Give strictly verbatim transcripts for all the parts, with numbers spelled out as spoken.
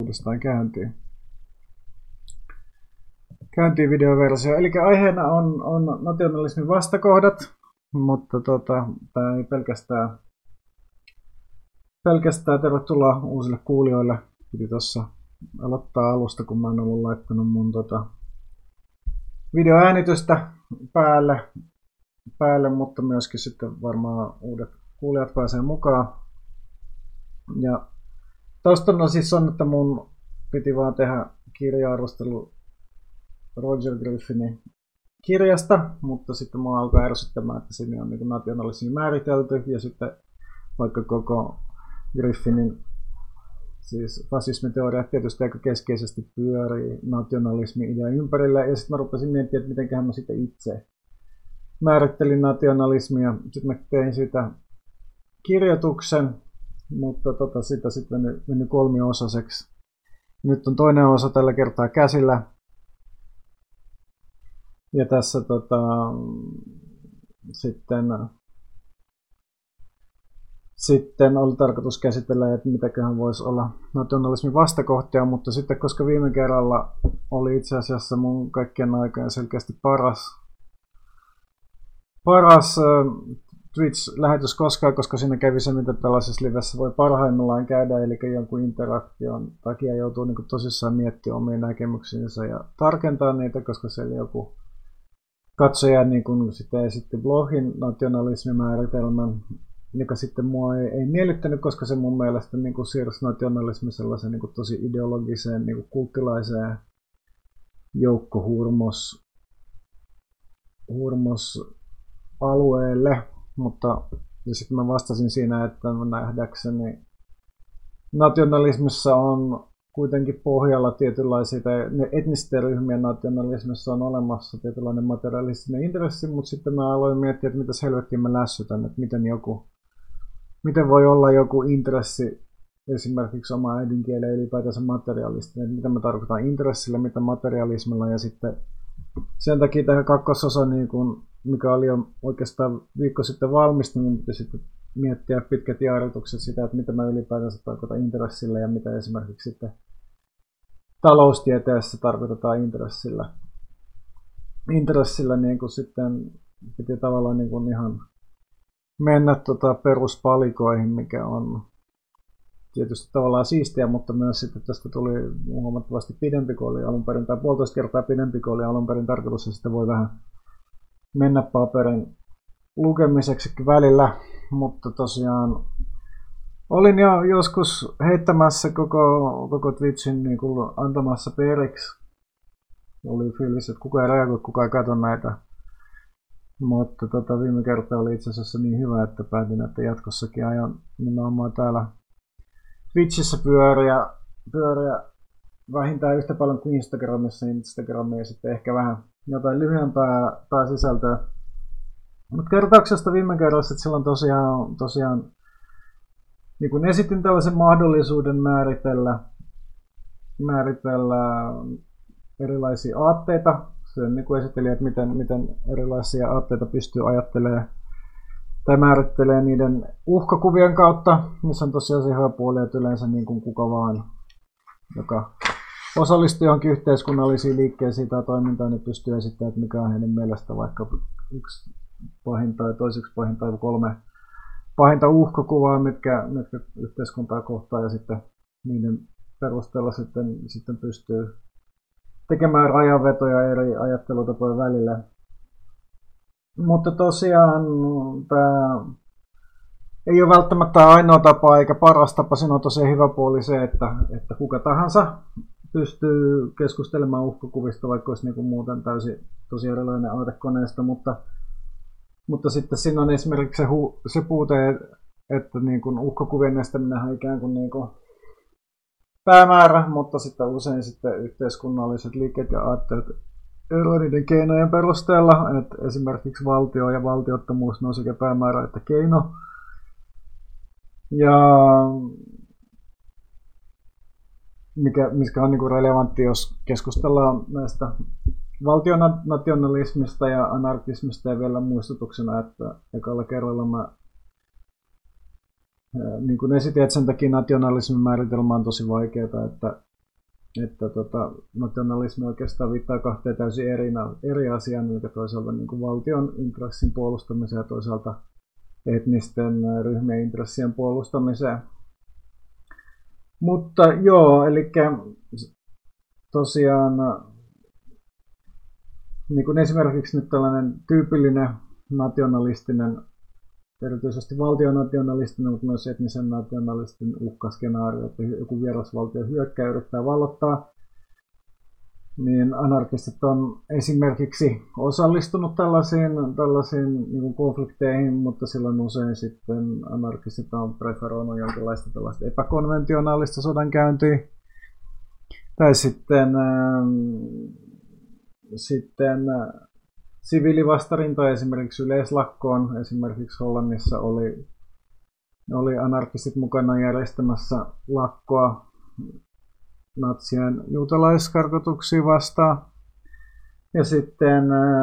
uudestaan käyntiin. Käyntiin videoversio. Eli aiheena on, on nationalismin vastakohdat, mutta tota, tämä ei pelkästään, pelkästään tervetuloa uusille kuulijoille. Piti tuossa aloittaa alusta, kun mä en ollut laittanut mun tota, videoäänitystä päälle, päälle, mutta myöskin sitten varmaan uudet kuulijat pääsee mukaan. Ja taustana siis on, että mun piti vaan tehdä kirja-arvostelu Roger Griffinin kirjasta, mutta sitten mua alkoi ärsyttämään, että siinä on niin nationalismi määritelty, ja sitten vaikka koko Griffinin siis fasismiteoriat tietysti aika keskeisesti pyörii nationalismi-idean ympärillä, ja sitten mä rupesin miettimään, että mitenköhän mä sitten itse määrittelin nationalismia. Sitten mä tein siitä kirjoituksen, mutta tota, sitä sitten meni, meni kolmiosaiseksi. Nyt on toinen osa tällä kertaa käsillä. Ja tässä tota, sitten, sitten oli tarkoitus käsitellä, että mitäköhän voisi olla nationalismin vastakohtia, mutta sitten koska viime kerralla oli itse asiassa mun kaikkien aikojen selkeästi paras, paras Twitch-lähetys koskaan, koska siinä kävi se, mitä tällaisessa livessä voi parhaimmillaan käydä, eli jonkun interaktion takia joutuu niin kuin tosissaan miettimään omia näkemyksiinsä ja tarkentaa niitä, koska siellä joku katsoja niin kuin sitten esitti blogin nationalismimääritelmän, joka sitten mua ei, ei miellyttänyt, koska se mun mielestä niin kuin siirsi nationalismi sellaisen niin kuin tosi ideologiseen, niin kuin kulttilaiseen joukkohurmos hurmos alueelle, mutta ja sitten mä vastasin siinä, että nähdäkseni nationalismissa on kuitenkin pohjalla tietynlaisia, tai etnisten ryhmien nationalismissa on olemassa tietynlainen materialistinen intressi, mutta sitten mä aloin miettiä, että mitä helvettiä mä lässytän, että miten, joku, miten voi olla joku intressi esimerkiksi oma äidinkieleen ylipäätänsä materialistinen, että mitä mä tarkoitan intressillä, mitä materialismilla, ja sitten sen takia tähän kakkososa, niin kun, mikä oli jo oikeastaan viikko sitten valmistunut, mutta sitten miettiä pitkät jaaritukset sitä, että mitä mä ylipäätänsä tarkoitan intressillä ja mitä esimerkiksi sitten taloustieteessä tarkoitetaan intressillä. Intressillä niin kuin sitten piti tavallaan niin kuin ihan mennä tota peruspalikoihin, mikä on tietysti tavallaan siistiä, mutta myös sitten tästä tuli huomattavasti pidempi, kuin oli alun perin, tai puolitoista kertaa pidempi, kuin oli alun perin tarkoitus, ja sitten voi vähän mennä paperin lukemiseksi välillä, mutta tosiaan olin jo joskus heittämässä koko, koko Twitchin niin kuin antamassa periksi. Oli fiilis, että kukaan ei reagoi, kukaan ei katso näitä. Mutta tota, viime kerta oli itse asiassa niin hyvä, että päätin, että jatkossakin aion nimenomaan täällä Twitchissä pyöriä, pyöriä vähintään yhtä paljon kuin Instagramissa, Instagramia ja sitten ehkä vähän jotain lyhyempää sisältöä. Mutta kertauksesta viime kerrassa, että silloin tosiaan, tosiaan niin kun esitin tällaisen mahdollisuuden määritellä, määritellä erilaisia aatteita. Se niin kuin esitteli, että miten, miten erilaisia aatteita pystyy ajattelemaan tai määrittelee niiden uhkakuvien kautta, missä on tosiaan se hyvä puoli, että yleensä niin kuin kuka vaan, joka osallistuu johonkin yhteiskunnallisiin liikkeisiin tai toimintaan, niin pystyy esittämään, että mikä on hänen mielestä vaikka yksi pahinta tai toiseksi pahinta tai kolme pahinta uhkakuvaa, mitkä, mitkä yhteiskuntaa kohtaa, ja sitten niiden perusteella sitten, sitten pystyy tekemään rajanvetoja eri ajattelutapojen välillä. Mutta tosiaan tämä ei ole välttämättä ainoa tapa eikä paras tapa. Siinä on tosiaan hyvä puoli se, että, että kuka tahansa pystyy keskustelemaan uhkakuvista, vaikka olisi niin muuten täysin tosi erilainen aatekoneesta, mutta, mutta sitten siinä on esimerkiksi se, hu, se puute, että niin kuin uhkakuvien estäminen on ikään kuin, niin kuin päämäärä, mutta sitten usein sitten yhteiskunnalliset liikkeet ja aatteet eroavat niiden keinojen perusteella, että esimerkiksi valtio ja valtiottomuus on sekä päämäärä että keino. Ja mikä, mikä on niin kuin relevantti, jos keskustellaan näistä valtionationalismista ja anarkismista, ja vielä muistutuksena, että ekalla kerralla mä niin kuin esitin, että sen takia nationalismin määritelmä on tosi vaikeaa, että että tota, nationalismi oikeastaan viittaa kahteen täysin eri, eri asiaan, eli toisaalta niin kuin valtion intressin puolustamiseen ja toisaalta etnisten ryhmien intressien puolustamiseen. Mutta joo, eli tosiaan niin kuin esimerkiksi nyt tällainen tyypillinen nationalistinen, erityisesti valtionationalistinen, mutta myös etnisen nationalistin uhkaskenaario, että joku vierasvaltio hyökkää ja yrittää vallottaa, niin anarkistit on esimerkiksi osallistunut tällaisiin, tällaisiin niin kuin konflikteihin, mutta silloin usein sitten anarkistit on preferoinut jonkinlaista tällaista epäkonventionaalista sodankäyntiä. Tai sitten, äh, sitten äh, siviilivastarinta esimerkiksi yleislakkoon. Esimerkiksi Hollannissa oli, oli anarkistit mukana järjestämässä lakkoa natsien juutalaiskarkotuksia vastaan. Ja sitten,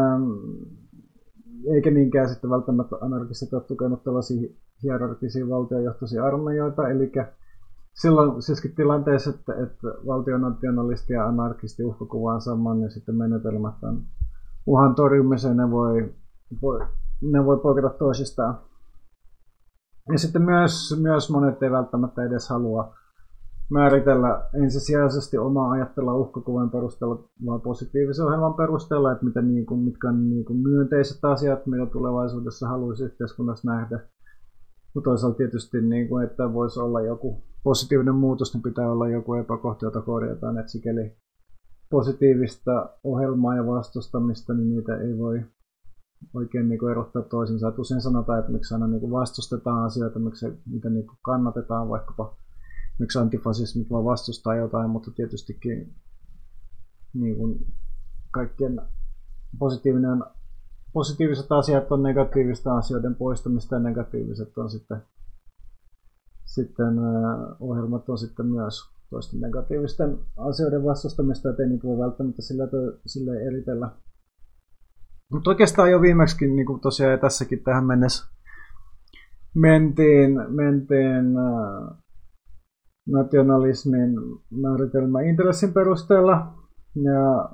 eikä niinkään sitten välttämättä anarkistit ole tukenut tällaisia hierarkisia valtionjohtoisia armeijoita. Eli silloin siiskin tilanteessa, että, että valtionationalisti ja anarkisti uhkakuva on saman, ja sitten menetelmät on uhan torjumiseen, ne voi, voi, ne voi poiketa toisistaan. Ja sitten myös, myös monet ei välttämättä edes halua määritellä ensisijaisesti omaa ajattelua uhkakuvan perusteella, vaan positiivisen ohjelman perusteella, että mitä, niin kuin, mitkä on niin kuin myönteiset asiat, mitä tulevaisuudessa haluaisi yhteiskunnassa nähdä. Mutta toisaalta tietysti, niin kuin, että voisi olla joku positiivinen muutos, niin pitää olla joku epäkohta, jota korjataan. Että sikäli positiivista ohjelmaa ja vastustamista, niin niitä ei voi oikein niin kuin erottaa toisinsa. Että usein sanotaan, että miksi aina niin kuin vastustetaan asioita, miksi niitä niin kuin kannatetaan, vaikkapa miksi antifasismit vaan vastustaa jotain, mutta tietystikin niin kuin kaikkien positiivinen, positiiviset asiat on negatiivista asioiden poistamista ja negatiiviset on sitten, sitten äh, ohjelmat on sitten myös toisten negatiivisten asioiden vastustamista, ettei niitä voi välttämättä sillä, sillä eritellä. Mutta oikeastaan jo viimeksi, niin kuin tosiaan tässäkin tähän mennessä mentiin, mentiin äh, nationalismin määritelmä intressin perusteella ja,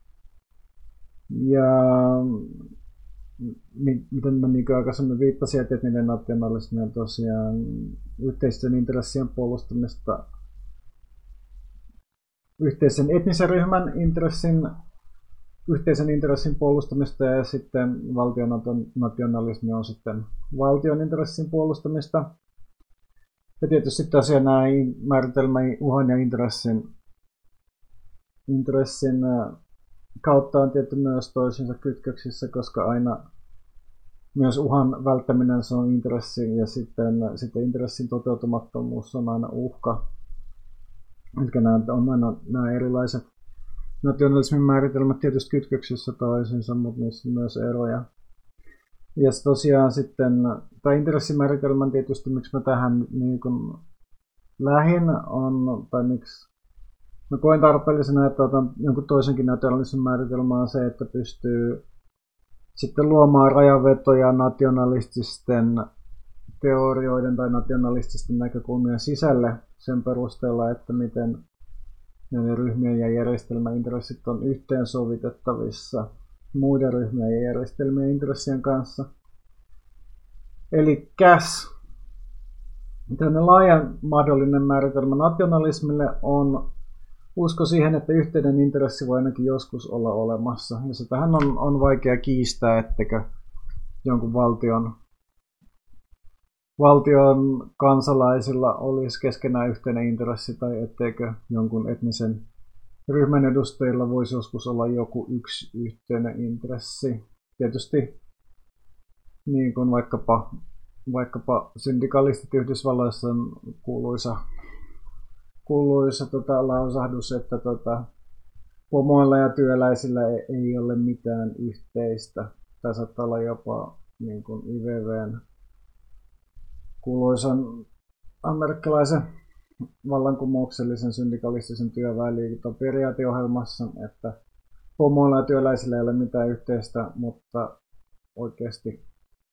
ja miten mä niin aikaisemmin viittasin, että niiden nationalismi on tosiaan yhteisten intressien puolustamista, yhteisen etnisen ryhmän intressin, yhteisen intressin puolustamista ja sitten valtion nationalismi on sitten valtion intressin puolustamista. Ja tietysti tosiaan nämä määritelmä uhan ja intressin, intressin kautta on tietty myös toisinsa kytköksissä, koska aina myös uhan välttäminen se on intressi ja sitten, sitten intressin toteutumattomuus on aina uhka. Eli nämä on aina nämä erilaiset nationalismin määritelmät tietysti kytköksissä toisinsa, mutta niissä on myös eroja. Ja tosiaan sitten, tämä intressimääritelmä tietysti, miksi mä tähän niin kun lähin on, tai miksi mä koen tarpeellisena, että otan jonkun toisenkin nationalismin määritelmä on se, että pystyy sitten luomaan rajanvetoja nationalististen teorioiden tai nationalististen näkökulmien sisälle sen perusteella, että miten näiden ryhmien ja järjestelmän intressit on yhteensovitettavissa muiden ryhmien ja järjestelmien intressien kanssa. Eli käs. Tällainen laajan mahdollinen määritelmä nationalismille on usko siihen, että yhteinen intressi voi ainakin joskus olla olemassa. Ja sitähän on, on vaikea kiistää, etteikö jonkun valtion, valtion kansalaisilla olisi keskenään yhteinen intressi tai etteikö jonkun etnisen ryhmän edustajilla voisi joskus olla joku yksi yhteinen intressi. Tietysti niin kuin vaikkapa, vaikkapa syndikalistit Yhdysvalloissa on kuuluisa, kuuluisa tota, lausahdus, että tota, pomoilla ja työläisillä ei, ei ole mitään yhteistä. Tämä saattaa olla jopa niin kuin I V V:n kuuluisan amerikkalaisen vallankumouksellisen syndikalistisen työväenliiton periaateohjelmassa, että pomoilla ja työläisillä ei ole mitään yhteistä, mutta oikeasti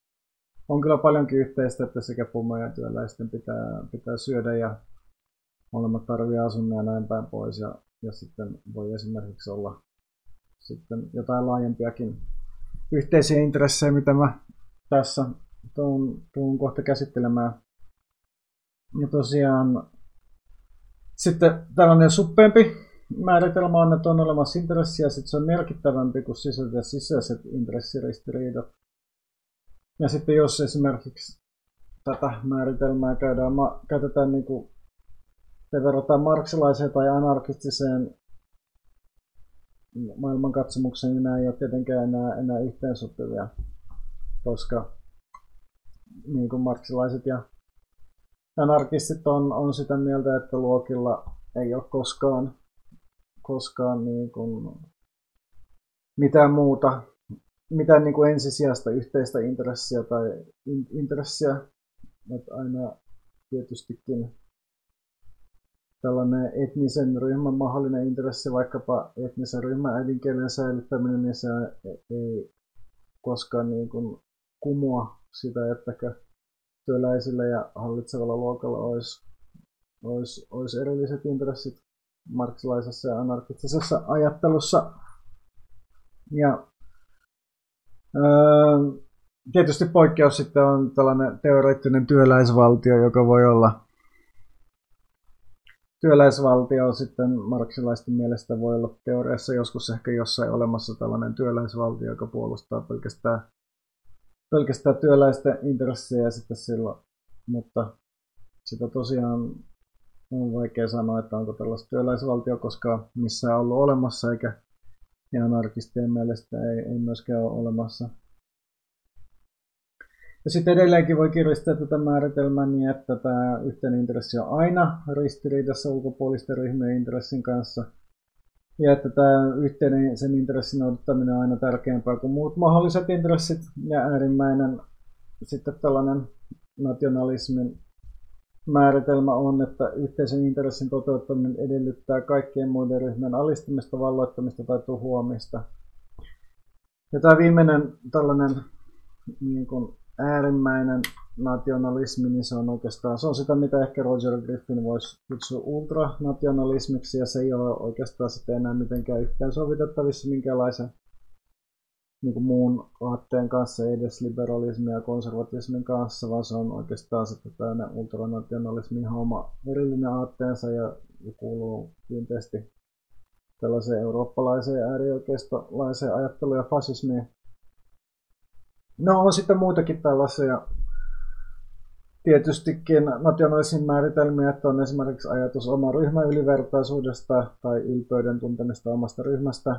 on kyllä paljonkin yhteistä, että sekä pomoja ja työläisten pitää, pitää syödä ja molemmat tarvii asunnon ja näin päin pois. Ja, ja sitten voi esimerkiksi olla sitten jotain laajempiakin yhteisiä intressejä, mitä mä tässä tuun, tuun kohta käsittelemään. Ja tosiaan sitten tällainen suppeempi määritelmä on, että on olemassa intressi ja sitten se on merkittävämpi kuin sisäiset ja sisäiset intressiristiriidat. Ja sitten jos esimerkiksi tätä määritelmää käydään, käytetään niin kuin, verrataan marksilaiseen tai anarkistiseen maailmankatsomukseen, niin nämä ei ole tietenkään enää, enää yhteensopivia, koska niin kuin marksilaiset ja anarkistit on, on sitä mieltä, että luokilla ei ole koskaan, koskaan niin kuin mitään muuta, mitään niin kuin ensisijaista yhteistä intressiä tai in, intressiä, että aina tietystikin tällainen etnisen ryhmän mahdollinen intressi, vaikkapa etnisen ryhmän äidinkielen säilyttäminen, niin se ei koskaan niin kuin kumoa sitä, että työläisillä ja hallitsevalla luokalla olisi, olisi, olisi erilliset intressit marksilaisessa ja anarkistisessa ajattelussa. Ja öö, tietysti poikkeus sitten on tällainen teoreettinen työläisvaltio, joka voi olla työläisvaltio sitten marksilaisten mielestä voi olla teoriassa joskus ehkä jossain olemassa tällainen työläisvaltio, joka puolustaa pelkästään, pelkästään työläisten intressejä sitten silloin, mutta sitä tosiaan on vaikea sanoa, että onko tällaista työläisvaltio koskaan missään ollut olemassa, eikä ja anarkistien mielestä ei, ei myöskään ole olemassa. Ja sitten edelleenkin voi kiristää tätä määritelmää niin, että tämä yhteinen intressi on aina ristiriidassa ulkopuolisten ryhmien intressin kanssa. Ja että tämä yhteinen sen intressin noudattaminen on aina tärkeämpää kuin muut mahdolliset intressit. Ja äärimmäinen sitten tällainen nationalismin määritelmä on, että yhteisen intressin toteuttaminen edellyttää kaikkien muiden ryhmien alistamista, valloittamista tai tuhoamista. Ja tämä viimeinen tällainen niin kuin äärimmäinen nationalismi, niin se on oikeastaan se on sitä, mitä ehkä Roger Griffin voisi kutsua ultranationalismiksi, ja se ei ole oikeastaan sitten enää mitenkään yhteensovitettavissa minkäänlaisen niin kuin muun aatteen kanssa, ei edes liberalismin ja konservatismin kanssa, vaan se on oikeastaan sitten tämmöinen ultranationalismi ihan oma erillinen aatteensa ja kuuluu kiinteästi tällaiseen eurooppalaiseen äärioikeistolaiseen ajatteluun ja fasismiin. No on sitten muitakin tällaisia tietystikin nationalismin määritelmiä, että on esimerkiksi ajatus oman ryhmän ylivertaisuudesta tai ylpeyden tuntemista omasta ryhmästä.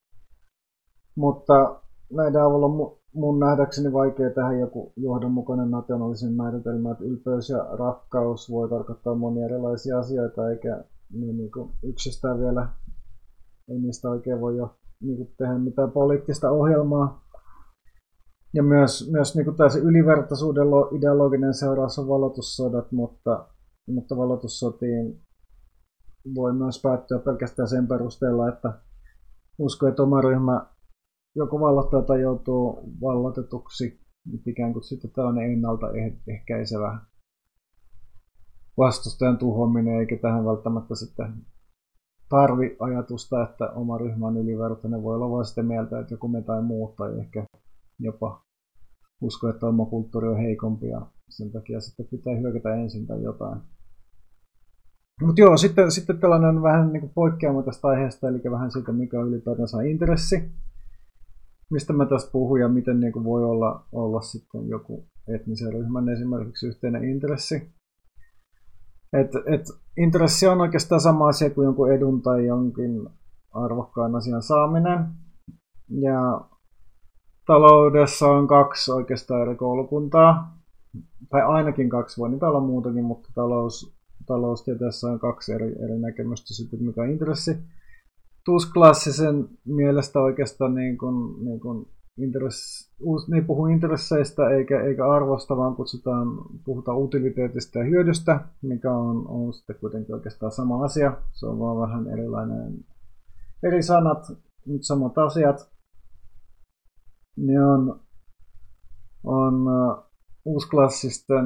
Mutta näiden avulla on mun nähdäkseni vaikea tehdä joku johdonmukainen nationalismin määritelmä, että ylpeys ja rakkaus voi tarkoittaa monia erilaisia asioita, eikä niin, niin kuin yksistään vielä ei niistä oikein voi jo niin kuin tehdä mitään poliittista ohjelmaa. Ja myös, myös niin kuin täysin ylivertaisuuden ideologinen seuraus on valotussodat, mutta, mutta valotussotiin voi myös päättyä pelkästään sen perusteella, että usko, että oma ryhmä joko vallottaa tai joutuu vallotetuksi, ikään kuin sitten tällainen ennaltaehkäisevä vastustajan tuhoaminen, eikä tähän välttämättä sitten tarvi ajatusta, että oma ryhmä on ylivertainen. Voi olla vain sitä mieltä, että joku me tai muu, tai ehkä jopa usko, että oma kulttuuri on heikompi ja sen takia sitten pitää hyökätä ensin tai jotain. Mutta joo, sitten, sitten tällainen vähän niin kuin poikkeama tästä aiheesta, eli vähän siitä, mikä on ylipäätänsä intressi. Mistä mä tästä puhun ja miten niin kuin voi olla, olla sitten joku etnisen ryhmän esimerkiksi yhteinen intressi. Et, et intressi on oikeastaan sama asia kuin jonkun edun tai jonkin arvokkaan asian saaminen. Ja taloudessa on kaksi oikeastaan eri koulukuntaa, tai ainakin kaksi, voi niitä olla muutakin, mutta talous, taloustieteessä on kaksi eri, eri näkemystä sitten, mikä on intressi. Tuusklassisen mielestä oikeastaan niin kuin, niin kuin interess, niin puhuu intresseistä eikä, eikä arvosta, vaan kutsutaan, puhutaan utiliteetista ja hyödystä, mikä on, on sitten kuitenkin oikeastaan sama asia. Se on vaan vähän erilainen, eri sanat, nyt samat asiat. Ne on, on uh, uusklassisten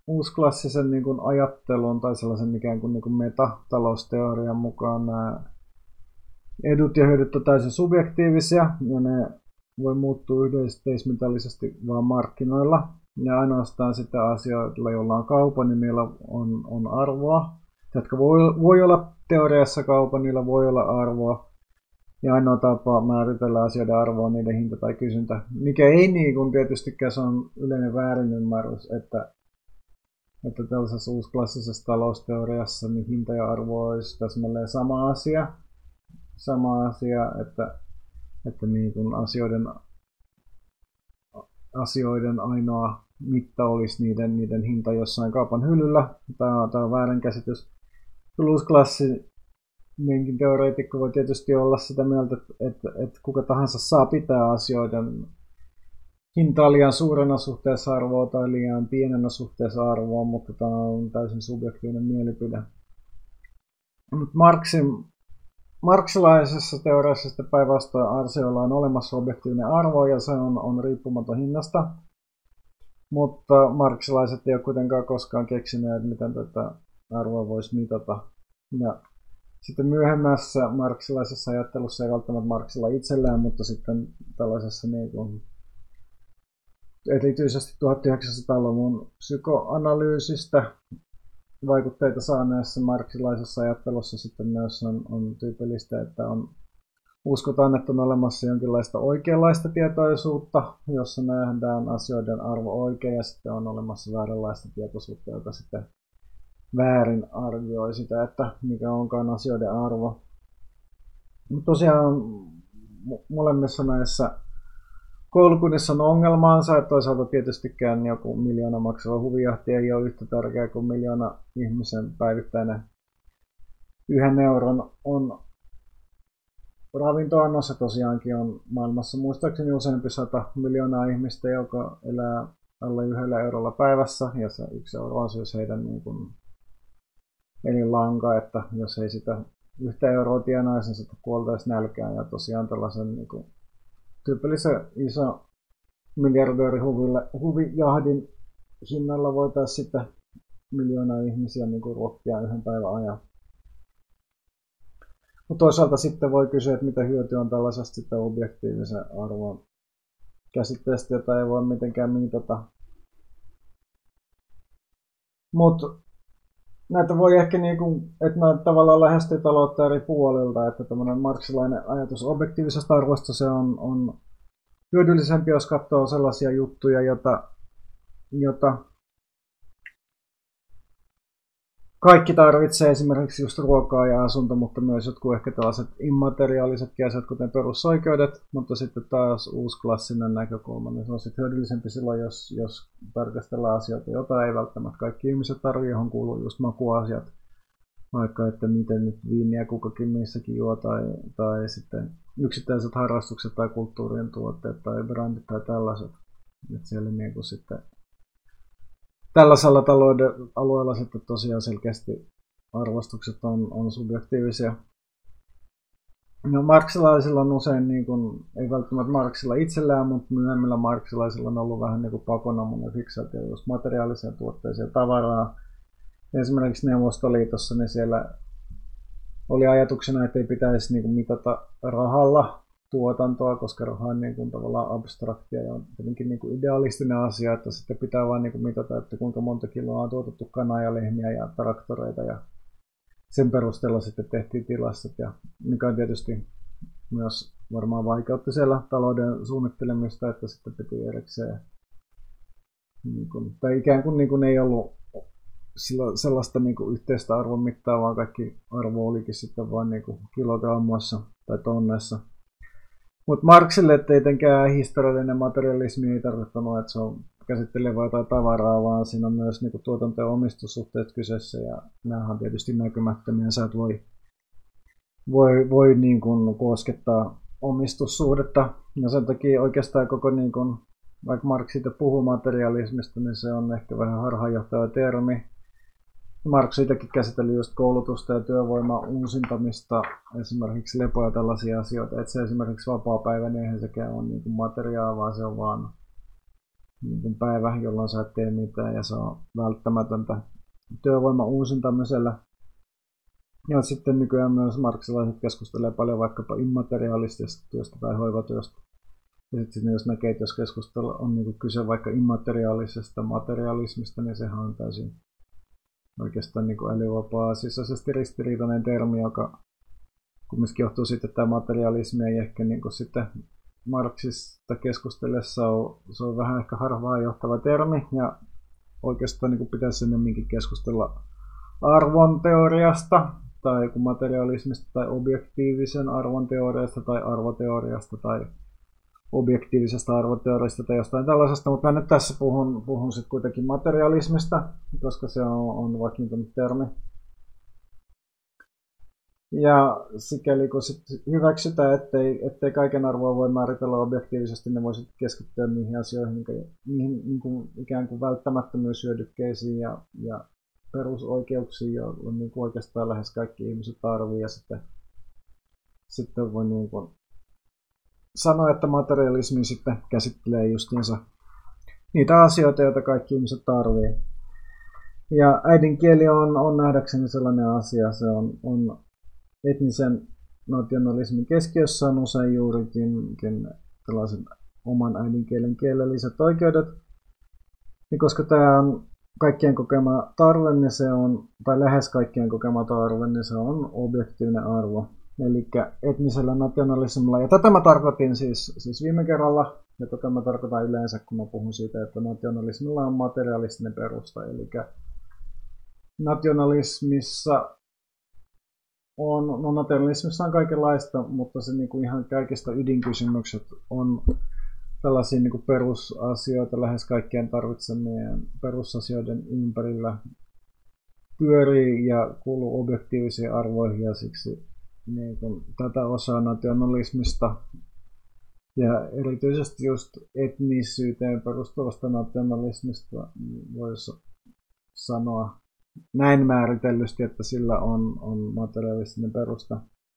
uusklassisen niin kuin ajattelun tai sellaisen ikään kuin, niin kuin metatalousteorian mukaan nämä edut ja hyödyt on täysin subjektiivisia ja ne voi muuttua yhteismitallisesti vaan markkinoilla. Ja ainoastaan sitä asioilla, joilla on kaupan, niin niillä on, on arvoa. Jotka voi, voi olla teoriassa kaupan, niillä voi olla arvoa. Ja ainoa tapa määritellä asioiden arvoa on niiden hinta tai kysyntä. Mikä ei niin kuin tietystikään se on yleinen väärinymmärrys, että, että tällaisessa uusklassisessa talousteoriassa niin hinta ja arvo olisi täsmälleen sama asia. Sama asia, että, että niin kuin asioiden, asioiden ainoa mitta olisi niiden, niiden hinta jossain kaupan hyllyllä. Tämä, tämä on väärinkäsitys. Uusklassinen teoreetikko voi tietysti olla sitä mieltä, että, että, että kuka tahansa saa pitää asioiden hintaa liian suurena suhteessa arvoa tai liian pienenä suhteessa arvoa, mutta tämä on täysin subjektiivinen mielipide. Marxin Marxilaisessa teoriassa sitten päinvastoin asioilla on olemassa objektiivinen arvo ja se on, on riippumaton hinnasta, mutta marxilaiset ei ole kuitenkaan koskaan keksineet, miten tätä arvoa voisi mitata. Ja sitten myöhemmässä marxilaisessa ajattelussa ei välttämättä Marxilla itsellään, mutta sitten tällaisessa niin kuin, erityisesti tuhatyhdeksänsataaluvun psykoanalyysistä vaikutteita saaneessa marxilaisessa ajattelussa sitten myös on, on tyypillistä, että on, uskotaan, että on olemassa jonkinlaista oikeanlaista tietoisuutta, jossa nähdään asioiden arvo oikein, ja sitten on olemassa vääränlaista tietoisuutta, joka sitten väärin arvioi sitä, että mikä onkaan asioiden arvo. Mutta tosiaan molemmissa näissä koulukunnissa on ongelmaansa, että toisaalta tietystikään joku miljoona maksava huvijahti ei ole yhtä tärkeä kuin miljoona ihmisen päivittäinen yhden euron on ravintoannos. Ja tosiaankin on maailmassa muistaakseni useampi sata miljoonaa ihmistä, joka elää alle yhdellä eurolla päivässä, ja se yksi euro on siis heidän niin kuin elinlanka, että jos ei sitä yhtä euroa tienaisi, niin sitten kuoltaisi nälkään, ja tosiaan tällaisen niin kuin tyypillisen iso miljardöörihuvjahdin hinnalla voitaisiin sitten miljoonaa ihmisiä niin kuin ruokkia yhden päivän ajan. Mutta toisaalta sitten voi kysyä, että mitä hyötyä on tällaisesta sitten objektiivisen arvon käsitteestä, jota ei voi mitenkään mitata. Mutta näitä voi ehkä, niin kuin, että näitä tavallaan lähestyy taloutta eri puolilta, että tämmöinen marxilainen ajatus objektiivisesta arvosta se on, on hyödyllisempi, jos katsoo sellaisia juttuja, jota, jota kaikki tarvitsee, esimerkiksi just ruokaa ja asunto, mutta myös jotkut ehkä tällaiset immateriaalisetkin asiat, kuten perusoikeudet, mutta sitten taas uusklassinen näkökulma, niin se on sitten hyödyllisempi silloin, jos, jos tarkastellaan asioita, joita ei välttämättä kaikki ihmiset tarvitse, johon kuuluu just makuasiat, vaikka että miten nyt viiniä kukakin missäkin juo, tai, tai sitten yksittäiset harrastukset tai kulttuurien tuotteet tai brändit tai tällaiset, että siellä niin kuin sitten tällaisella talouden alueella sitten tosiaan selkeästi arvostukset on, on subjektiivisia. No, marxilaisilla on usein, niin kuin, ei välttämättä Marxilla itsellään, mutta myöhemmillä marxilaisilla on ollut vähän niin kuin pakonomainen fiksaatio just materiaaliseen tuotteeseen tavaraa. Esimerkiksi Neuvostoliitossa niin siellä oli ajatuksena, että ei pitäisi niin kuin mitata rahalla tuotantoa, koska raha on niin kuin tavallaan abstraktia ja on jotenkin niin kuin idealistinen asia, että sitten pitää vain niin kuin mitata, että kuinka monta kiloa on tuotettu kanaa ja lehmiä ja traktoreita ja sen perusteella sitten tehtiin tilastot, ja mikä on tietysti myös varmaan vaikeutti siellä talouden suunnittelemista, että sitten piti erikseen, niin kuin, tai ikään kuin, niin kuin ei ollut sellaista niin kuin yhteistä arvon mittaa, vaan kaikki arvo olikin sitten vain niin kuin kilogrammoissa tai tonneissa. Mutta Marxille tietenkään historiallinen materialismi ei tarkoittanut, että se on käsittelee vain jotain tavaraa, vaan siinä on myös niin tuotanto- ja omistussuhteet kyseessä, ja nämä on tietysti näkymättömiä. Sä et voi, voi, voi niin kuin koskettaa omistussuhdetta, ja sen takia oikeastaan koko, niin kuin, vaikka Marx siitä puhuu materialismista, niin se on ehkä vähän harhaanjohtava termi. Marx itsekin käsitteli just koulutusta ja työvoiman uusintamista, esimerkiksi lepoa ja tällaisia asioita. Et se esimerkiksi vapaa-päivä, niin eihän sekään ole niin kuin materiaa, vaan se on vaan niin kuin päivä, jolloin sä et tee mitään ja se on välttämätöntä työvoiman uusintamiselle. Ja sitten nykyään myös marksilaiset keskustelee paljon vaikkapa immateriaalisesta työstä tai hoivatyöstä. Ja sitten jos näkee, että jos keskustelu on niin kyse vaikka immateriaalisesta materialismista, niin sehän on täysin oikeastaan niin älyvapaa sisäisesti ristiriitainen termi, joka kumminkin johtuu siitä, että tämä materialismi ei ehkä niin sitten Marksista keskustellessa on, se on vähän ehkä harvaan johtava termi, ja oikeastaan niin pitäisi ennemminkin keskustella arvonteoriasta, tai materialismista, tai objektiivisen arvonteoriasta, tai arvoteoriasta, tai objektiivisesta arvoteoriasta, tai jostain tällaisesta, mutta mä nyt tässä puhun, puhun sitten kuitenkin materialismista, koska se on, on vakiintunut termi. Ja sikäli kun sit hyväksytään, ettei, ettei kaiken arvoa voi määritellä objektiivisesti, ne voisi keskittyä niihin asioihin, niihin niin kuin ikään kuin välttämättömyyshyödykkeisiin ja, ja perusoikeuksiin, joilla niin kuin oikeastaan lähes kaikki ihmiset tarvii. Ja sitten, sitten voi niin kuin sanoa, että materialismi sitten käsittelee justiinsa niitä asioita, joita kaikki ihmiset tarvii. Ja äidinkieli on, on nähdäkseni sellainen asia, se on, on etnisen nationalismin keskiössä on usein juurikin tällaisen oman äidinkielen kielelliset oikeudet. Ja koska tämä on kaikkien kokema tarve, niin se on, tai lähes kaikkien kokema tarve, niin se on objektiivinen arvo. Eli etnisellä nationalismilla, ja tätä mä tarkoitin siis, siis viime kerralla, ja tätä mä tarkoitan yleensä, kun mä puhun siitä, että nationalismilla on materialistinen perusta. Eli nationalismissa on, no nationalismissa on kaikenlaista, mutta se niinku ihan kaikista ydinkysymykset on tällaisia niinku perusasioita, lähes kaikkien tarvitsemien perusasioiden ympärillä pyörii ja kuuluu objektiivisiin arvoihin, ja siksi niinku tätä osaa nationalismista ja erityisesti just etnisyyteen perustuvasta nationalismista voisi sanoa näin määritellysti, että sillä on, on materialistinen perusta.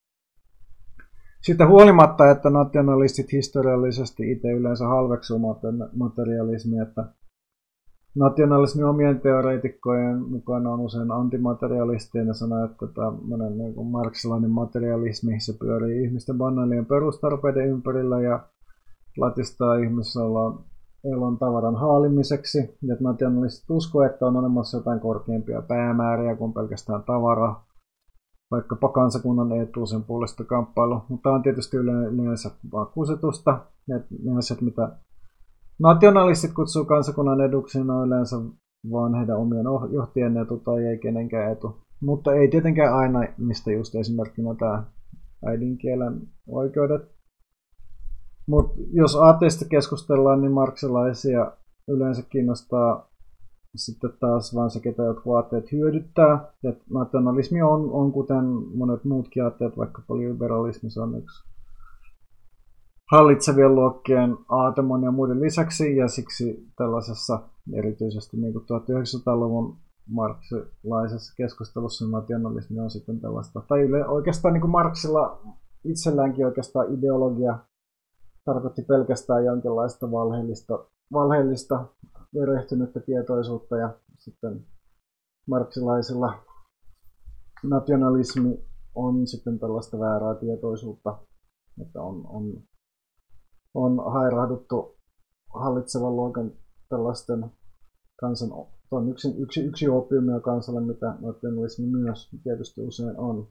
Siitä huolimatta, että nationalistit historiallisesti itse yleensä halveksuu materialismia, että nationalismin omien teoreetikkojen mukana on usein antimaterialistia, ja sanoo, että tämmöinen niin kuin marksilainen materialismi, se pyörii ihmisten banaalien perustarpeiden ympärillä ja latistaa ihmisellä elon tavaran haalimiseksi, ja että nationalistit uskoo, että on olemassa jotain korkeampia päämääriä kuin pelkästään tavara, vaikkapa kansakunnan etu sen puolesta kamppailu, mutta on tietysti yleensä vakuusetusta, että ne asiat, mitä nationalistit kutsuu kansakunnan eduksi, on yleensä vaan heidän omien johtajien etu tai ei kenenkään etu, mutta ei tietenkään aina, mistä just esimerkkinä tämä äidinkielen oikeudet. Mutta jos ateista keskustellaan, niin marksilaisia yleensä kiinnostaa sitten taas vain se, ketä jotkut aatteet hyödyttää. Ja nationalismi on, on, kuten monet muutkin aatteet, vaikkapa liberalismi, se on yksi hallitsevien luokkien aatemon ja muiden lisäksi. Ja siksi tällaisessa erityisesti niin kuin tuhatyhdeksänsataaluvun marksilaisessa keskustelussa nationalismi on sitten tällaista. Tai yle, oikeastaan niin kuin Marksilla itselläänkin oikeastaan ideologia tarkoitti pelkästään jonkinlaista valheellista, valheellista erehtynyttä tietoisuutta, ja sitten marksilaisilla nationalismi on sitten tällaista väärää tietoisuutta, että on, on, on hairahduttu hallitsevan luokan tällaisten kansan, on yksi, yksi, yksi opiumia kansalle, mitä nationalismi myös tietysti usein on.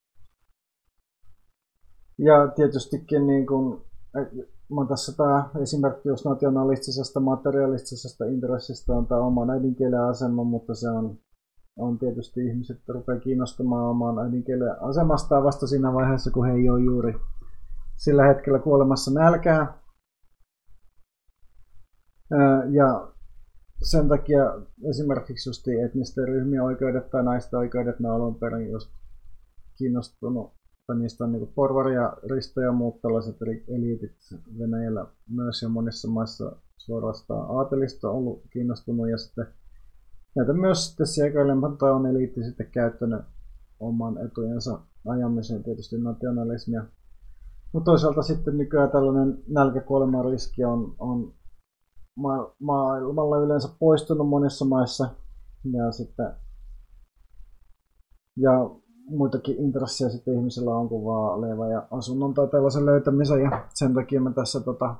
Ja tietystikin niin kuin mä tässä tämä esimerkki just nationalistisesta, materialistisesta intressistä on tämä oman äidinkielen asema, mutta se on, on tietysti ihmiset rupeaa kiinnostumaan oman äidinkielen asemastaan vasta siinä vaiheessa, kun he ei ole juuri sillä hetkellä kuolemassa nälkää. Ja sen takia esimerkiksi just etnisten ryhmien oikeudet tai naisten oikeudet, ne on alun perin just kiinnostunut. Niistä on niin porvari ja Risto ja muut tällaiset eliitit Venäjällä myös, ja monissa maissa suorastaan aatelista on ollut kiinnostunut, ja sitten näitä myös sitten siekäilematta on eliitti sitten käyttänyt oman etujensa ajamiseen tietysti nationalismia. Mutta toisaalta sitten nykyään tällainen nälkäkuoleman riski on, on ma- maailmalla yleensä poistunut monissa maissa. Ja sitten ja muitakin intressejä sitten ihmisillä on kuin vaan leivän ja asunnon tai tällaisen löytämisen. Ja sen takia mä tässä tota,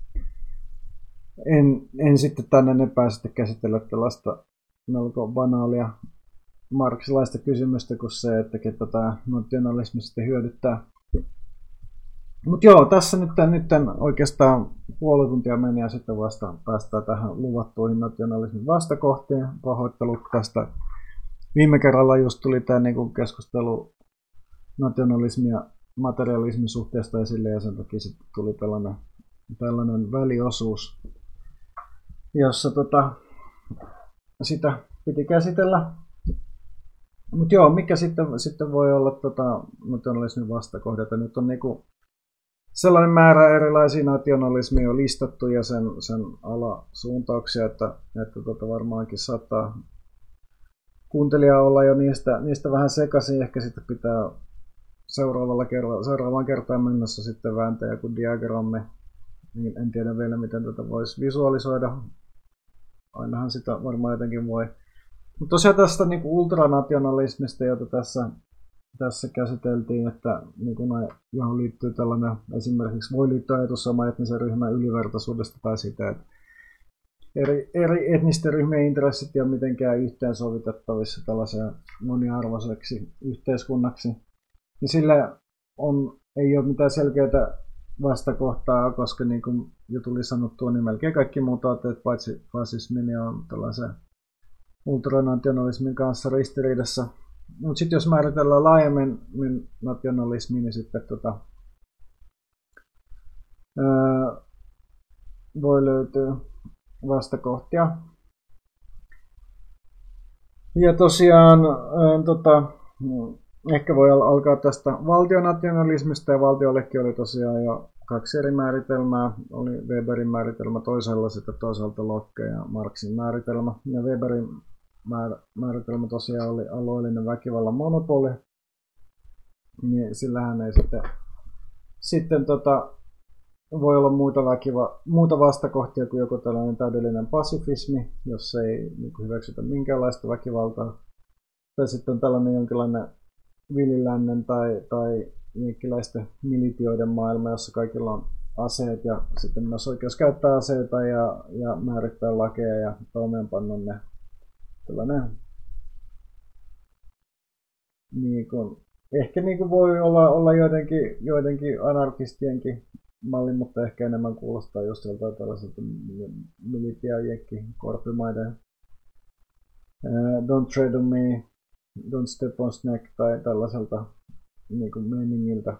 en, en sitten tänne enempää sitten käsitellä tällaista melko banaalia marksilaista kysymystä kuin se, että ketä tämä nationalismi sitten hyödyttää. Mutta joo, tässä nyt, nyt oikeastaan puoli tuntia meni ja sitten vasta päästään tähän luvattuihin nationalismin vastakohtiin. Pahoittelut tästä. Viime kerralla just tuli tämä niinku keskustelu nationalismin ja materialismin suhteesta esille ja sen takia sitten tuli tällainen, tällainen väliosuus, jossa tota, sitä piti käsitellä. Mutta joo, mikä sitten, sitten voi olla tota, nationalismin vastakohdat? Nyt on niinku sellainen määrä erilaisia nationalismia on listattu ja sen, sen alasuuntauksia, että, että tota varmaankin saattaa kuuntelijaa olla jo niistä, niistä vähän sekaisin. Ehkä sitten pitää seuraavalla kerralla, seuraavaan kertaan mennessä sitten vääntää joku diagrammi. Niin en tiedä vielä, miten tätä voisi visualisoida. Ainahan sitä varmaan jotenkin voi. Mutta tosiaan tästä niin ultranationalismista, jota tässä, tässä käsiteltiin, että niin kuin, johon liittyy tällainen, esimerkiksi voi liittyä ajatus sama etnisen ryhmän ylivertaisuudesta tai sitä, että eri, eri etnisten ryhmien intressit ei ole mitenkään yhteensovitettavissa tällaiseen moniarvoiseksi yhteiskunnaksi. Ja sillä on, ei ole mitään selkeää vastakohtaa, koska niin kuin jo tuli sanottua, niin melkein kaikki muut aatteet, paitsi fasismin, on tällaisen ultranationalismin kanssa ristiriidassa. Mutta sitten jos määritellään laajemmin nationalismi, niin sitten tota, ää, voi löytyä vastakohtia. Ja tosiaan ää, tota, ehkä voi alkaa tästä valtionationalismista, ja valtiollekin oli tosiaan jo kaksi eri määritelmää. Oli Weberin määritelmä toisella, sitten toisaalta Locke ja Marxin määritelmä. Ja Weberin määritelmä tosiaan oli alueellinen väkivallan monopoli. Niin sillähän ei sitten, sitten tota, voi olla muita, väkiva, muuta vastakohtia kuin joku tällainen täydellinen pasifismi, jos ei niin kuin hyväksytä minkäänlaista väkivaltaa. Tai sitten on tällainen jonkinlainen villilännen tai, tai jenkkiläisten militioiden maailma, jossa kaikilla on aseet ja sitten myös oikeus käyttää aseita ja, ja määrittää lakeja ja toimeenpanna ne. Tällainen, niin kuin, ehkä niin kuin voi olla, olla joidenkin, joidenkin anarkistienkin malli, mutta ehkä enemmän kuulostaa just joltain tällaiselta militia-jekki korpimaiden uh, don't tread on me, don't step on snake tai tällaiselta niin kuin meningiltä.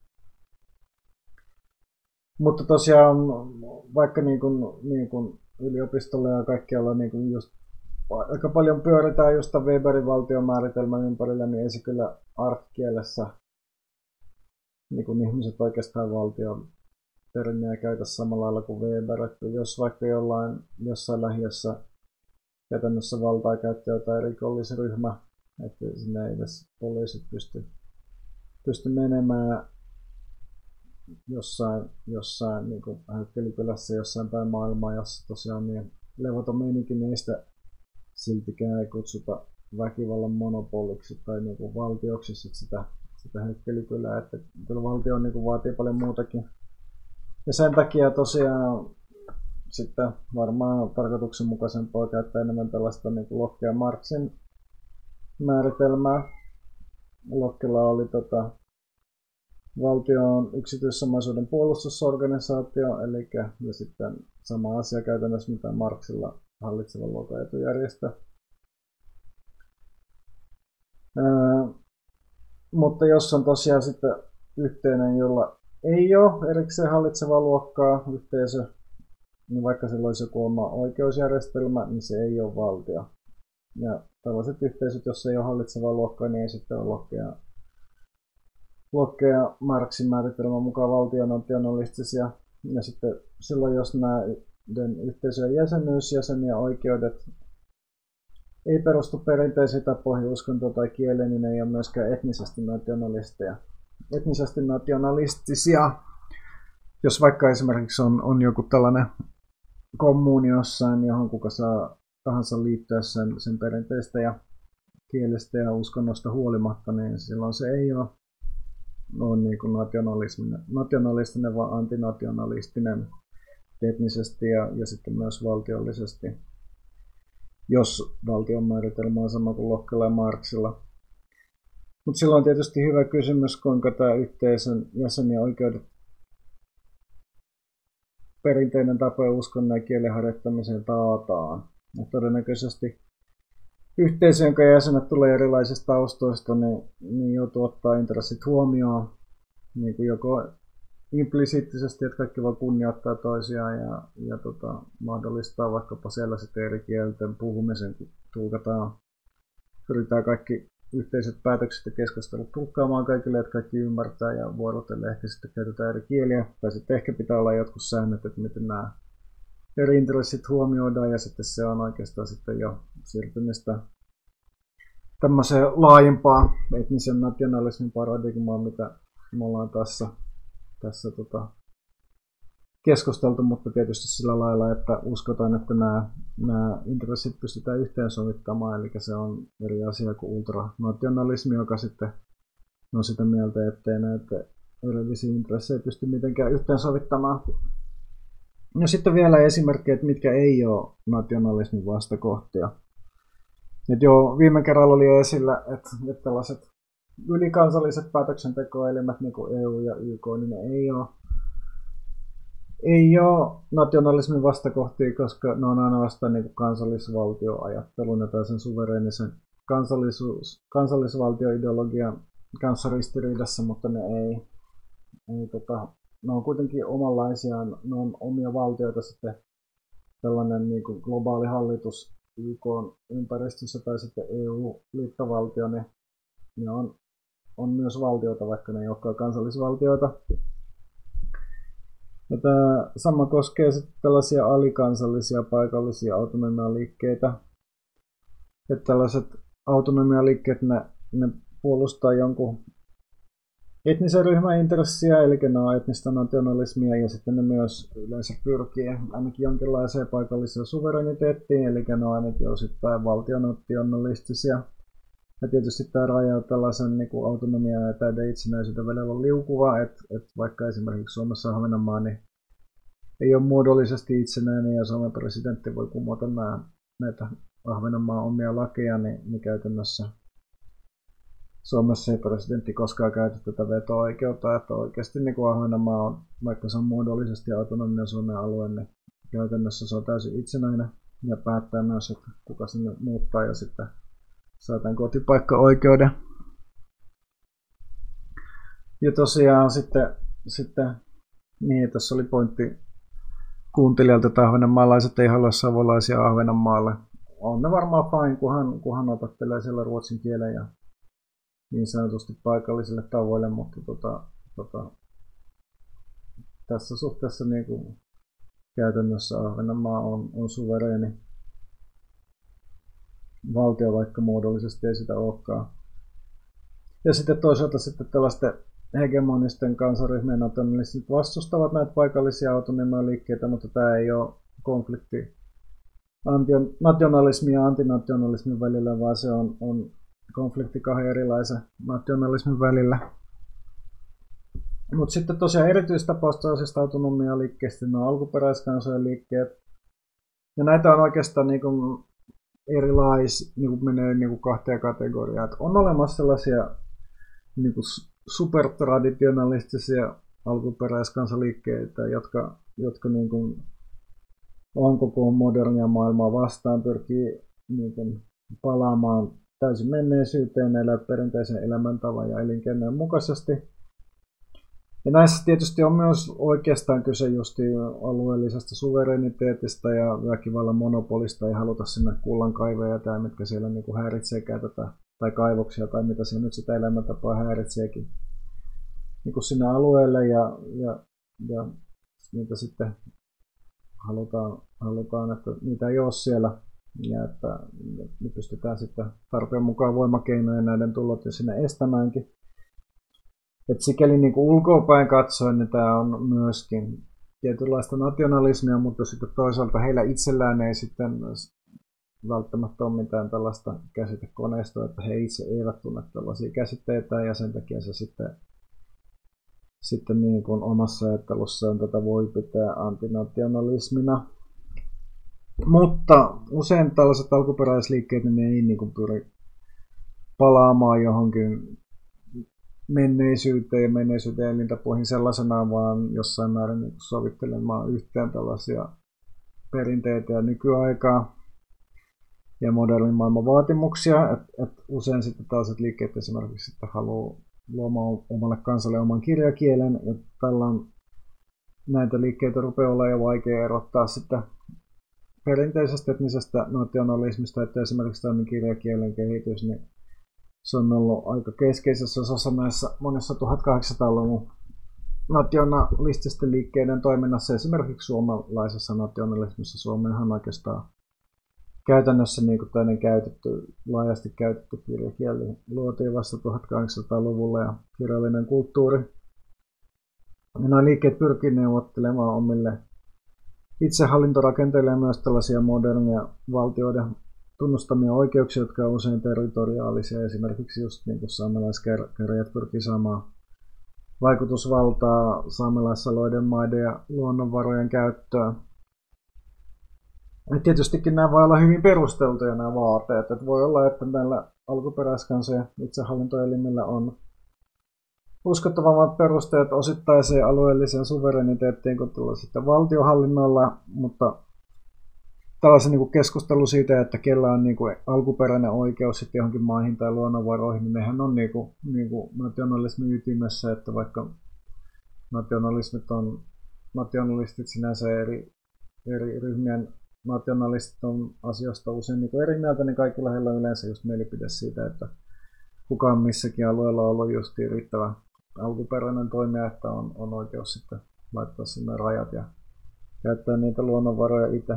Mutta tosiaan vaikka niin kuin, niin kuin yliopistolla ja kaikkialla niin kuin just aika paljon pyöritään just Weberin valtiomääritelmän ympärillä, niin ei se kyllä arkikielessä niin kuin ihmiset oikeastaan valtion termiä käytä samalla lailla kuin Weber. Että jos vaikka jollain, jossain lähiössä käytännössä valtaa käyttää jotain rikollisryhmä, että sinne ei edes poliisit pysty, pysty menemään jossain, jossain niin kuin Häkkelikylässä jossain päin maailmaa, jossa tosiaan niin levoton meininki, niin sitä siltikään ei kutsuta väkivallan monopoliksi tai niin kuin valtioksi sit sitä, sitä Häkkelikylää, että kyllä valtio niin kuin vaatii paljon muutakin. Ja sen takia tosiaan sitten varmaan tarkoituksenmukaisempaa käyttää enemmän tällaista niin kuin Locke ja Marxin määritelmää. Lockella oli tota, valtion yksityissamaisuuden puolustusorganisaatio, eli ja sitten sama asia käytännössä mitä Marxilla hallitseva luokan etujärjestö. Ää, mutta jos on tosiaan sitten yhteinen, jolla ei ole erikseen hallitsevaa luokkaa, yhteisö, niin vaikka sillä olisi joku oma oikeusjärjestelmä, niin se ei ole valtio. Ja tällaiset yhteisöt, jos ei ole hallitsevaa luokkaa, niin ei sitten ole Lockea. Locke ja Marxin määritelmän mukaan valtionationalistisia. Ja sitten silloin, jos näiden yhteisöjen jäsenyys, jäseniä oikeudet ei perustu perinteisiin tapoihin, uskontoon tai kieleen, niin ei ole myöskään etnisesti nationalisteja. Etnisesti nationalistisia, jos vaikka esimerkiksi on, on joku tällainen kommuuni jossain, johon kuka saa tahansa liittyä sen, sen perinteistä ja kielestä ja uskonnosta huolimatta, niin silloin se ei ole, ole niin kuin nationalistinen, nationalistinen, vaan antinationalistinen etnisesti ja, ja sitten myös valtiollisesti, jos valtion määritelmä on sama kuin Lokkella ja Marxilla. Mutta silloin on tietysti hyvä kysymys, kuinka tämä yhteisön jäsenien oikeudet, perinteinen tapa ja uskonnon ja kielen harjoittamiseen taataan. Ja todennäköisesti yhteisö, jonka jäsenet tulee erilaisista taustoista, niin, niin joutuu ottaa intressit huomioon, niin kuin joko implisiittisesti, että kaikki voi kunnioittaa toisiaan ja, ja tota, mahdollistaa vaikkapa siellä sitten eri kielten puhumisen, kun tulkataan, pyritään kaikki yhteiset päätökset ja keskustelut tulkkaamaan kaikille, että kaikki ymmärtää ja vuorotellen ehkä sitten käytetään eri kieliä, tai sitten ehkä pitää olla jotkut säännöt, että miten nämä eri intressit huomioidaan, ja sitten se on oikeastaan sitten jo siirtymistä tämmöiseen laajempaan etnisen nationalismin paradigmaan, mitä me ollaan tässä, tässä tota, keskusteltu, mutta tietysti sillä lailla, että uskotaan, että nämä, nämä intressit pystytään yhteensovittamaan, eli se on eri asia kuin ultranationalismi, joka sitten on sitä mieltä, ettei näitä erillisiä intressejä pysty mitenkään yhteensovittamaan. No sitten vielä esimerkkejä, että mitkä ei ole nationalismin vastakohtia. Et jo viime kerralla oli esillä, että, että tällaiset ylikansalliset päätöksentekoelimet, niin kuin E U ja Y K, niin ne ei ole, ei ole nationalismin vastakohtia, koska ne on ainoastaan niin kuin kansallisvaltioajattelun ja tällaisen suvereenisen kansallisuus, kansallisvaltioideologian kanssa ristiriidassa, mutta ne ei, ei tota, ne on kuitenkin omanlaisiaan, ne on omia valtioita sitten tällainen niin kuin globaali hallitus Y K:n ympäristössä tai sitten E U-liittovaltio, niin ne on, on myös valtioita, vaikka ne ei olekaan kansallisvaltioita. Ja tämä sama koskee sitten tällaisia alikansallisia paikallisia autonomialiikkeitä. Että tällaiset autonomialiikkeet, ne, ne puolustaa jonkun etnisen ryhmän intressiä, eli ne on etnistä nationalismia, ja sitten ne myös yleensä pyrkii ainakin jonkinlaiseen paikalliseen suvereniteettiin, eli ne on ainakin osittain valtionationalistisia. Ja tietysti tämä raja tällaisen niin kuin autonomiaa ja täyden itsenäisyyden välillä on liukuva, että, että vaikka esimerkiksi Suomessa Ahvenanmaa niin ei ole muodollisesti itsenäinen ja Suomen presidentti voi kumota nämä, näitä Ahvenanmaan omia lakeja, niin, niin käytännössä Suomessa ei presidentti koskaan käytä tätä veto-oikeutta, että oikeasti niin kuin Ahvenanmaa on, vaikka se on muodollisesti autonominen Suomen alue, niin käytännössä se on täysin itsenäinen ja päättää myös, että kuka sinne muuttaa ja sitten saatan kotipaikka-oikeuden. Ja tosiaan sitten, sitten niin, tässä oli pointti kuuntelijalta, että ahvenanmaalaiset ei halua savolaisia Ahvenanmaalle. On ne varmaan fine, kunhan, kunhan opettelee siellä ruotsin kielen ja niin sanotusti paikallisille tavoille, mutta tota, tota, tässä suhteessa niin kuin käytännössä Ahvenanmaa on, on suvereeni valtio, vaikka muodollisesti ei sitä olekaan. Ja sitten toisaalta sitten tällaisten hegemonisten kansanryhmien nationalistit vastustavat näitä paikallisia autonomialiikkeitä, mutta tämä ei ole konflikti nationalismin ja antinationalismin välillä, vaan se on, on konflikti kahden erilaisen nationalismin välillä. Mutta sitten tosiaan erityistapaustaisista autonomialiikkeistä ne on alkuperäiskansojen liikkeet. Ja näitä on oikeastaan niin kuin erilais, niin kuin menee niin kuin kahteen kategoriaan. Et on olemassa sellaisia niin kuin supertraditionalistisia alkuperäiskansaliikkeitä, jotka, jotka niin kuin on koko modernia maailmaa vastaan, pyrkii niin kuin palaamaan täysin menneisyyteen, elää perinteisen elämäntavan ja elinkeinojen mukaisesti. Ja näissä tietysti on myös oikeastaan kyse justi alueellisesta suvereniteetista ja väkivallan monopolista. Ei haluta sinne kullankaiveja tai mitkä siellä niin kuin häiritseekään tätä, tai kaivoksia tai mitä se nyt sitä elämäntapaa häiritseekin niin kuin sinne alueelle ja, ja, ja niitä sitten halutaan, halutaan, että niitä ei ole siellä ja että me pystytään sitten tarpeen mukaan voimakeinoja näiden tulot jo sinne estämäänkin. Et sikäli niin kuin ulkoapäin katsoen, niin tämä on myöskin tietynlaista nationalismia, mutta sitten toisaalta heillä itsellään ei sitten välttämättä ole mitään tällaista käsitekoneistoa, että he itse eivät tunne tällaisia käsitteitä ja sen takia se sitten, sitten niin kuin omassa ajattelussaan tätä voi pitää antinationalismina. Mutta usein tällaiset alkuperäisliikkeet niin ne ei niin kuin pyri palaamaan johonkin menneisyyteen ja menneisyyteen elintapoihin sellaisenaan, vaan jossain määrin niin sovittelemaan yhteen tällaisia perinteitä ja nykyaikaa ja modernin maailman vaatimuksia. Et, et usein sitten tällaiset liikkeet esimerkiksi sitten haluaa luomaan omalle kansalle oman kirjakielen, ja tällä on näitä liikkeitä rupeaa olla jo vaikea erottaa sitten perinteisestä etnisestä nationalismista, että esimerkiksi tämän kirjakielen kehitys, niin se on ollut aika keskeisessä osassa näissä monissa tuhatkahdeksansataaluvun nationalististen liikkeiden toiminnassa, esimerkiksi suomalaisessa nationalismissa. Suomenhan oikeastaan käytännössä niin kuin tämmöinen käytetty, laajasti käytetty kirjakieli luotiin vasta tuhatkahdeksansataaluvulla ja kirjallinen kulttuuri. Ja nämä liikkeet pyrkii neuvottelemaan omille itsehallintorakenteille ja myös tällaisia modernia valtioiden tunnustamia oikeuksia, jotka on usein territoriaalisia. Esimerkiksi just niin kuin saamelaiskäräjät pyrkii saamaan vaikutusvaltaa saamelaisalueiden maiden ja luonnonvarojen käyttöön. Ja tietystikin nämä voi olla hyvin perusteltuja nämä vaateet. Että voi olla, että näillä alkuperäiskansojen itsehallintoelimillä on uskottavammat perusteet osittaiseen alueelliseen suvereniteettiin kuin sitten valtiohallinnolla, mutta tällaisen niin keskustelu siitä, että kellä on niin kuin alkuperäinen oikeus sitten johonkin maihin tai luonnonvaroihin, niin nehän on niin kuin, niin kuin nationalismin ytimessä, että vaikka nationalismit on, nationalistit sinänsä eri, eri ryhmien nationalistit on asioista usein niin kuin eri mieltä, niin kaikilla heillä on yleensä just mielipide siitä, että kukaan missäkin alueella on ollut just riittävä alkuperäinen toimija, että on, on oikeus sitten laittaa sinne rajat ja käyttää niitä luonnonvaroja itse.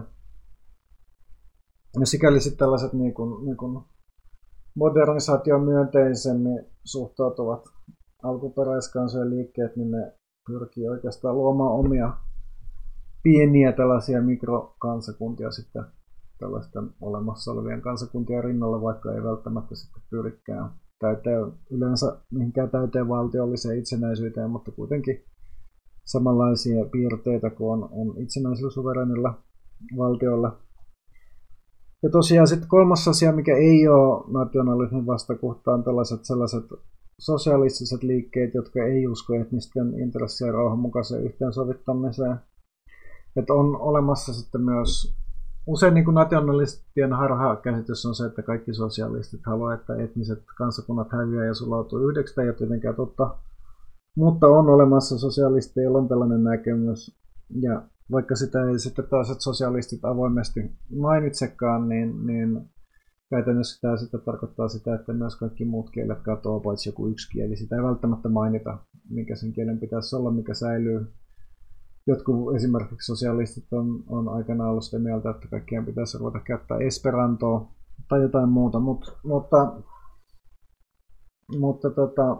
Ja sikäli sitten tällaiset niin kuin, niin kuin modernisaation myönteisemmin suhtautuvat alkuperäiskansojen liikkeet, niin ne pyrkii oikeastaan luomaan omia pieniä tällaisia mikrokansakuntia sitten tällaisten olemassa olevien kansakuntien rinnalla, vaikka ei välttämättä sitten pyrikään täyteen, yleensä mihinkään täyteen valtiolliseen itsenäisyyteen, mutta kuitenkin samanlaisia piirteitä kuin on, on itsenäisellä suverenilla valtiolla. Ja tosiaan sitten kolmas asia, mikä ei ole nationalismin vastakohta, on tällaiset sellaiset sosialistiset liikkeet, jotka ei usko etnisten intressien rauhanmukaiseen yhteensovittamiseen. Että on olemassa sitten myös, usein niin kuin nationalistien harhakäsitys on se, että kaikki sosialistit haluaa, että etniset kansakunnat häviää ja sulautuu yhdeksi, ei ole tietenkään totta. Mutta on olemassa sosialisteja, joilla on tällainen näkemys. Ja vaikka sitä ei sitten taas sosialistit avoimesti mainitsekaan, niin, niin käytännössä tämä sitten tarkoittaa sitä, että myös kaikki muut kielet katoaa paitsi joku yksi kieli. Sitä ei välttämättä mainita, mikä sen kielen pitäisi olla, mikä säilyy. Jotkut esimerkiksi sosialistit on, on aikanaan ollut sitä mieltä, että kaikkien pitäisi ruveta käyttää esperantoa tai jotain muuta, Mut, mutta, mutta tota,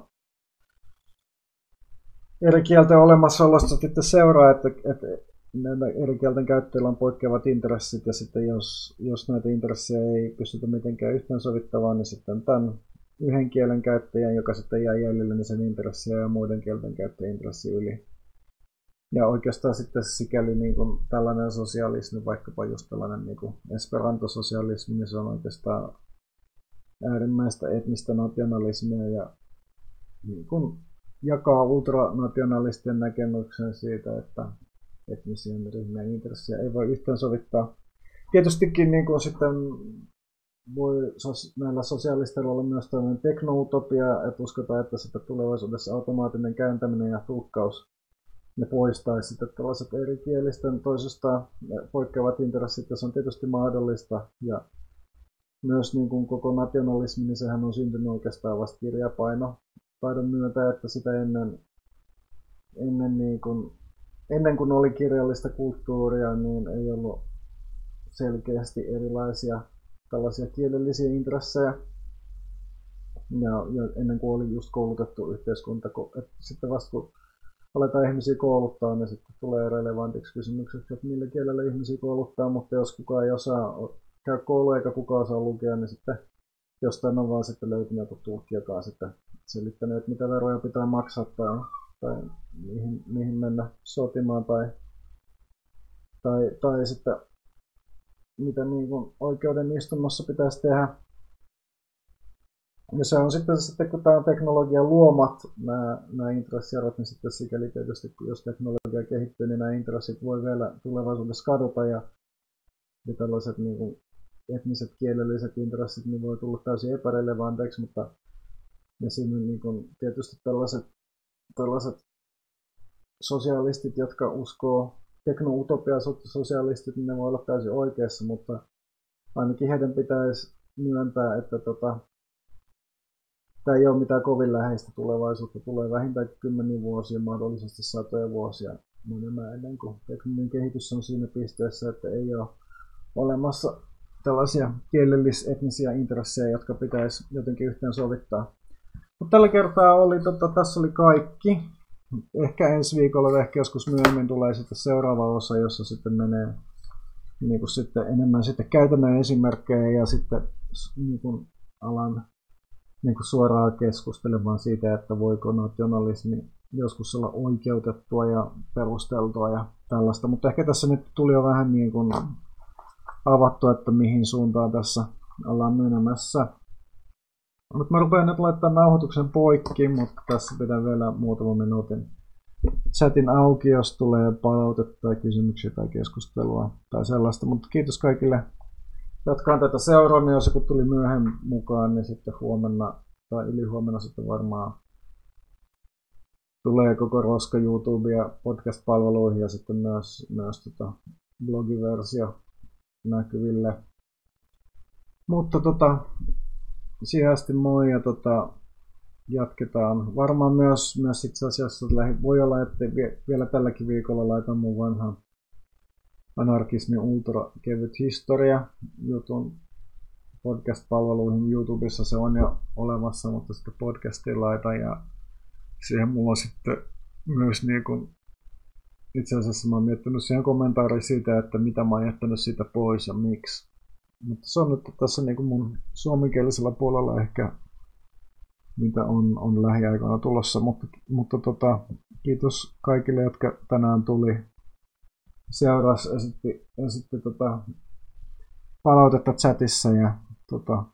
eri kielten olemassaolosta sitten seuraa, että, että eri kielten käyttäjillä on poikkeavat intressit, ja sitten jos, jos näitä intressejä ei pystytä mitenkään yhteensovittamaan, niin sitten tämän yhden kielen käyttäjän, joka sitten jää jäljelle, niin sen intressiä ja muiden kielten käyttäjän intressi yli. Ja oikeastaan sitten sikäli niin kuin tällainen sosialismi, vaikkapa just tällainen niin kuin esperantososialismi, niin se on oikeastaan äärimmäistä etnistä nationalismia ja niin kuin jakaa ultranationalistien näkemyksen siitä, että etnisien ryhmien intressiä ei voi yhteensovittaa. Tietystikin niin kuin sitten voi näillä sosialisteilla olla myös tällainen teknoutopia, että uskotaan, että sitten tulevaisuudessa automaattinen kääntäminen ja tulkkaus ne poistaisi sitten tällaiset erikielisten toisistaan poikkeavat intressit, ja se on tietysti mahdollista. Ja myös niin kuin koko nationalismi, niin sehän on syntynyt oikeastaan vasta kirjapaino taidon myötä, että sitä ennen, ennen, niin kuin, ennen kuin oli kirjallista kulttuuria, niin ei ollut selkeästi erilaisia tällaisia kielellisiä intressejä. Ja, ja ennen kuin oli just koulutettu yhteiskunta, että sitten vasta kun aletaan ihmisiä kouluttaa, niin sitten tulee relevantiksi kysymykseksi, että millä kielellä ihmisiä kouluttaa, mutta jos kukaan ei osaa käy koulua eikä kukaan osaa lukea, niin sitten jostain on vaan sitten löytynyt joku tulkki, joka on sitten selittänyt, että mitä veroja pitää maksaa tai, tai mihin, mihin mennä sotimaan tai, tai, tai sitten mitä niin kuin oikeuden istunnossa pitäisi tehdä. Ja se on sitten, sitten kun tämä on teknologian luomat, nämä, nämä intressierot, niin sitten sikäli tietysti, kun jos teknologia kehittyy, niin nämä intressit voi vielä tulevaisuudessa kadota ja, ja tällaiset niin kuin etniset kielelliset intressit niin voi tulla täysin epärelevanteiksi, mutta ja siinä niin kuin, tietysti tällaiset, tällaiset sosialistit, jotka uskoo tekno-utopia sosialistit, niin ne voi olla täysin oikeassa, mutta ainakin heidän pitäisi myöntää, että tota, tämä ei ole mitään kovin läheistä tulevaisuutta, tulee vähintään kymmeniä vuosia, mahdollisesti satoja vuosia menemään ennen kuin tekninen kehitys on siinä pisteessä, että ei ole olemassa tällaisia kielellis-etnisiä intressejä, jotka pitäisi jotenkin yhteen sovittaa. Mutta tällä kertaa oli, tota, tässä oli kaikki. Ehkä ensi viikolla, ehkä joskus myöhemmin tulee sitten seuraava osa, jossa sitten menee niin kuin sitten enemmän sitten käytännön esimerkkejä ja sitten niin kuin alan niin kuin suoraan keskustelemaan siitä, että voiko nationalismi joskus olla oikeutettua ja perusteltua ja tällaista. Mutta ehkä tässä nyt tuli jo vähän niin kuin avattu, että mihin suuntaan tässä ollaan menemässä. Mutta mä rupean nyt laittamaan nauhoituksen poikki, mutta tässä pitää vielä muutaman minuutin chatin auki, jos tulee palautetta tai kysymyksiä tai keskustelua tai sellaista. Mutta kiitos kaikille, jotka on tätä seurannut. Jos joku tuli myöhemmin mukaan, niin sitten huomenna tai ylihuomenna sitten varmaan tulee koko roska YouTube- ja podcast-palveluihin ja sitten myös, myös tota blogiversio näkyville. Mutta tota, siihen asti moi ja tota, jatketaan. Varmaan myös, myös itse asiassa voi olla, että vielä tälläkin viikolla laitan mun vanhan anarkismi ultra kevyt historia jutun podcast-palveluihin. YouTubessa se on jo olemassa, mutta sitten podcastiin laitan ja siihen mulla on sitten myös niin kuin, itse asiassa mä oon miettinyt siihen kommentaaria siitä, että mitä mä oon jättänyt siitä pois ja miksi. Mutta se on nyt tässä niin kuin mun suomenkielisellä puolella ehkä, mitä on, on lähiaikoina tulossa, mutta, mutta tota, kiitos kaikille, jotka tänään tuli seurasi, esitti, esitti tota, palautetta chatissa ja tota,